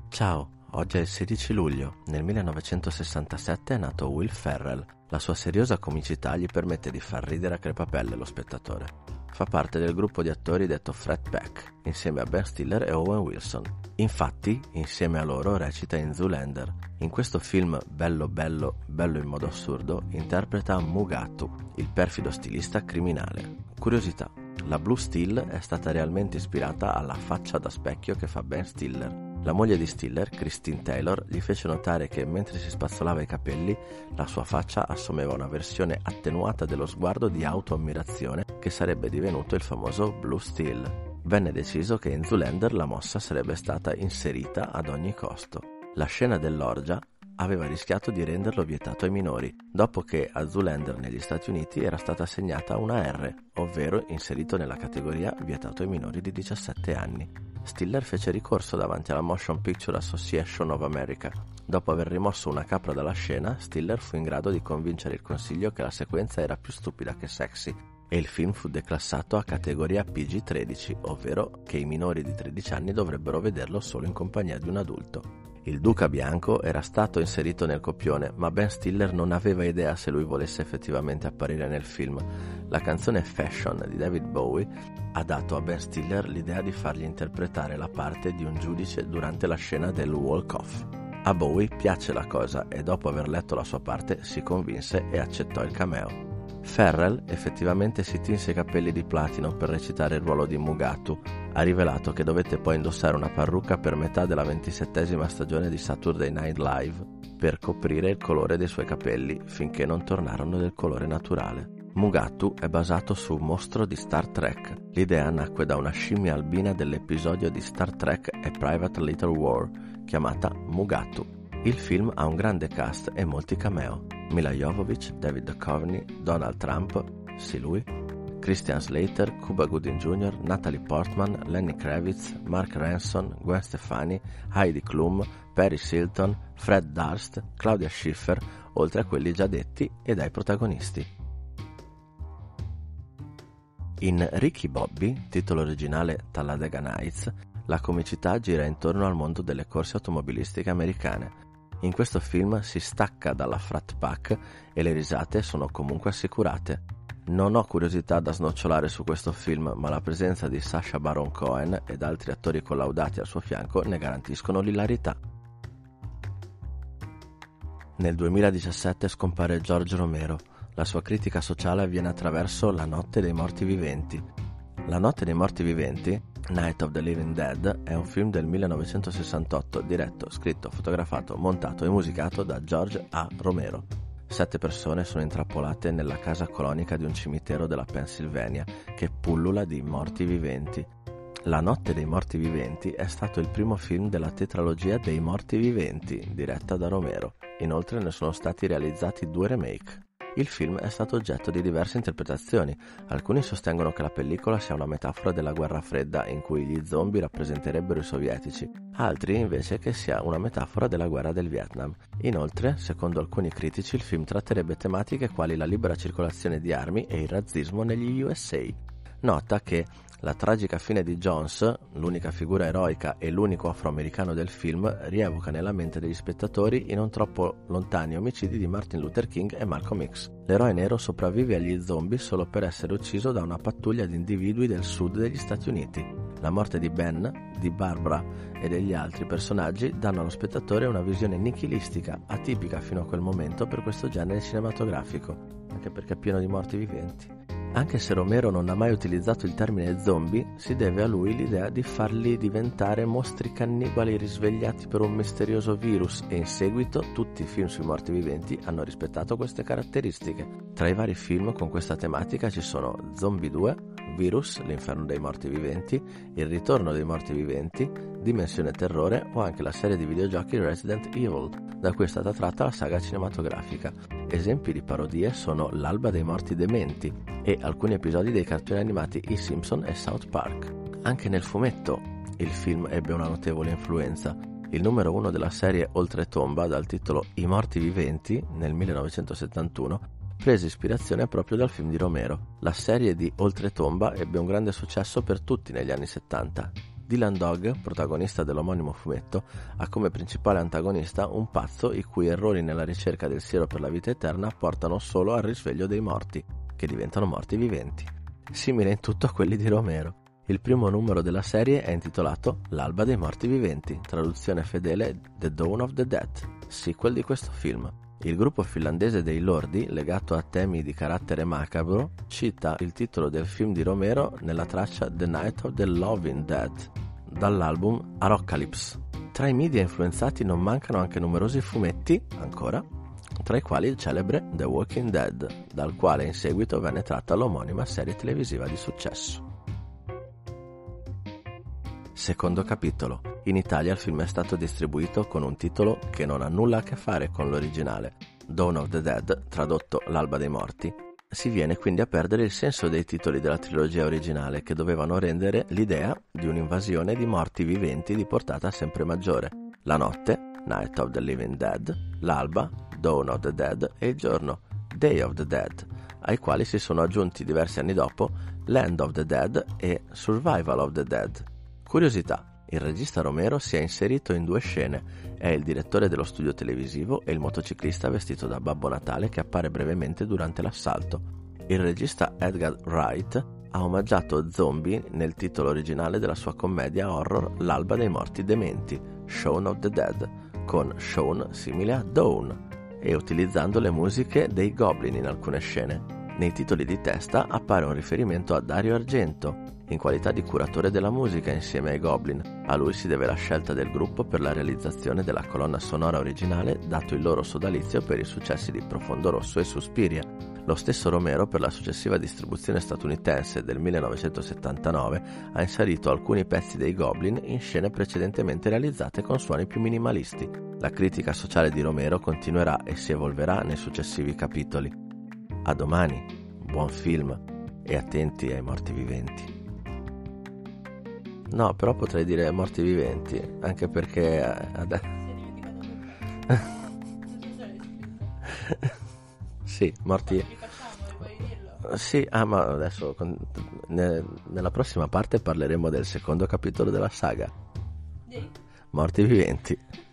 Ciao, oggi è il 16 luglio. Nel 1967 è nato Will Ferrell. La sua seriosa comicità gli permette di far ridere a crepapelle lo spettatore. Fa parte del gruppo di attori detto Frat Pack, insieme a Ben Stiller e Owen Wilson. Infatti, insieme a loro recita in Zoolander. In questo film bello in modo assurdo, interpreta Mugatu, il perfido stilista criminale. Curiosità: la Blue Steel è stata realmente ispirata alla faccia da specchio che fa Ben Stiller. La moglie di Stiller, Christine Taylor, gli fece notare che mentre si spazzolava i capelli, la sua faccia assumeva una versione attenuata dello sguardo di autoammirazione che sarebbe divenuto il famoso Blue Steel. Venne deciso che in Zoolander la mossa sarebbe stata inserita ad ogni costo. La scena dell'orgia aveva rischiato di renderlo vietato ai minori, dopo che a Zoolander negli Stati Uniti era stata assegnata una R, ovvero inserito nella categoria vietato ai minori di 17 anni. Stiller fece ricorso davanti alla Motion Picture Association of America. Dopo aver rimosso una capra dalla scena, Stiller fu in grado di convincere il consiglio che la sequenza era più stupida che sexy e il film fu declassato a categoria PG-13, ovvero che i minori di 13 anni dovrebbero vederlo solo in compagnia di un adulto. Il Duca Bianco era stato inserito nel copione, ma Ben Stiller non aveva idea se lui volesse effettivamente apparire nel film. La canzone Fashion di David Bowie ha dato a Ben Stiller l'idea di fargli interpretare la parte di un giudice durante la scena del walk-off. A Bowie piace la cosa e dopo aver letto la sua parte si convinse e accettò il cameo. Ferrell effettivamente si tinse i capelli di platino per recitare il ruolo di Mugatu. Ha rivelato che dovette poi indossare una parrucca per metà della 27ª stagione di Saturday Night Live per coprire il colore dei suoi capelli finché non tornarono del colore naturale. Mugatu è basato su un mostro di Star Trek. L'idea nacque da una scimmia albina dell'episodio di Star Trek A Private Little War chiamata Mugatu. Il film ha un grande cast e molti cameo. Mila Jovovich, David Duchovny, Donald Trump, sì lui, Christian Slater, Cuba Gooding Jr., Natalie Portman, Lenny Kravitz, Mark Ranson, Gwen Stefani, Heidi Klum, Paris Hilton, Fred Durst, Claudia Schiffer, oltre a quelli già detti e dai protagonisti. In Ricky Bobby, titolo originale Talladega Nights, la comicità gira intorno al mondo delle corse automobilistiche americane. In questo film si stacca dalla frat pack e le risate sono comunque assicurate. Non ho curiosità da snocciolare su questo film, ma la presenza di Sacha Baron Cohen ed altri attori collaudati al suo fianco ne garantiscono l'ilarità. Nel 2017 scompare George Romero. La sua critica sociale avviene attraverso La notte dei morti viventi. La notte dei morti viventi, Night of the Living Dead, è un film del 1968 diretto, scritto, fotografato, montato e musicato da George A. Romero. 7 persone sono intrappolate nella casa colonica di un cimitero della Pennsylvania che pullula di morti viventi. La notte dei morti viventi è stato il primo film della tetralogia dei morti viventi, diretta da Romero. Inoltre ne sono stati realizzati 2 remake. Il film è stato oggetto di diverse interpretazioni. Alcuni sostengono che la pellicola sia una metafora della guerra fredda in cui gli zombie rappresenterebbero i sovietici, altri invece che sia una metafora della guerra del Vietnam. Inoltre, secondo alcuni critici, il film tratterebbe tematiche quali la libera circolazione di armi e il razzismo negli USA. Nota che la tragica fine di Jones, l'unica figura eroica e l'unico afroamericano del film, rievoca nella mente degli spettatori i non troppo lontani omicidi di Martin Luther King e Malcolm X. L'eroe nero sopravvive agli zombie solo per essere ucciso da una pattuglia di individui del sud degli Stati Uniti. La morte di Ben, di Barbara e degli altri personaggi danno allo spettatore una visione nichilistica, atipica fino a quel momento per questo genere cinematografico, anche perché è pieno di morti viventi. Anche se Romero non ha mai utilizzato il termine zombie, si deve a lui l'idea di farli diventare mostri cannibali risvegliati per un misterioso virus e in seguito tutti i film sui morti viventi hanno rispettato queste caratteristiche. Tra i vari film con questa tematica ci sono Zombie 2, Virus, l'inferno dei morti viventi, Il ritorno dei morti viventi, Dimensione terrore o anche la serie di videogiochi Resident Evil, da cui è stata tratta la saga cinematografica. Esempi di parodie sono L'alba dei morti dementi e alcuni episodi dei cartoni animati I Simpson e South Park. Anche nel fumetto il film ebbe una notevole influenza. Il numero 1 della serie Oltretomba, dal titolo I morti viventi, nel 1971, prese ispirazione proprio dal film di Romero. La serie di Oltretomba ebbe un grande successo per tutti negli anni 70. Dylan Dog, protagonista dell'omonimo fumetto, ha come principale antagonista un pazzo i cui errori nella ricerca del siero per la vita eterna portano solo al risveglio dei morti, che diventano morti viventi. Simile in tutto a quelli di Romero. Il primo numero della serie è intitolato L'alba dei morti viventi, traduzione fedele The Dawn of the Dead, sequel di questo film. Il gruppo finlandese dei Lordi, legato a temi di carattere macabro, cita il titolo del film di Romero nella traccia The Night of the Loving Dead, dall'album Apocalypse. Tra i media influenzati non mancano anche numerosi fumetti, ancora, tra i quali il celebre The Walking Dead, dal quale in seguito venne tratta l'omonima serie televisiva di successo. Secondo capitolo. In Italia il film è stato distribuito con un titolo che non ha nulla a che fare con l'originale, Dawn of the Dead, tradotto L'alba dei morti. Si viene quindi a perdere il senso dei titoli della trilogia originale, che dovevano rendere l'idea di un'invasione di morti viventi di portata sempre maggiore. La notte, Night of the Living Dead, l'alba, Dawn of the Dead, e il giorno, Day of the Dead, ai quali si sono aggiunti diversi anni dopo Land of the Dead e Survival of the Dead. Curiosità, il regista Romero si è inserito in 2 scene, è il direttore dello studio televisivo e il motociclista vestito da Babbo Natale che appare brevemente durante l'assalto. Il regista Edgar Wright ha omaggiato Zombie nel titolo originale della sua commedia horror L'alba dei morti dementi, Shaun of the Dead, con Shaun simile a Dawn, e utilizzando le musiche dei Goblin in alcune scene. Nei titoli di testa appare un riferimento a Dario Argento, in qualità di curatore della musica insieme ai Goblin. A lui si deve la scelta del gruppo per la realizzazione della colonna sonora originale, dato il loro sodalizio per i successi di Profondo Rosso e Suspiria. Lo stesso Romero, per la successiva distribuzione statunitense del 1979, ha inserito alcuni pezzi dei Goblin in scene precedentemente realizzate con suoni più minimalisti. La critica sociale di Romero continuerà e si evolverà nei successivi capitoli. A domani, buon film e attenti ai morti viventi. No, però potrei dire morti viventi, anche perché sì, morti. Sì, ma adesso nella prossima parte parleremo del secondo capitolo della saga. Morti viventi.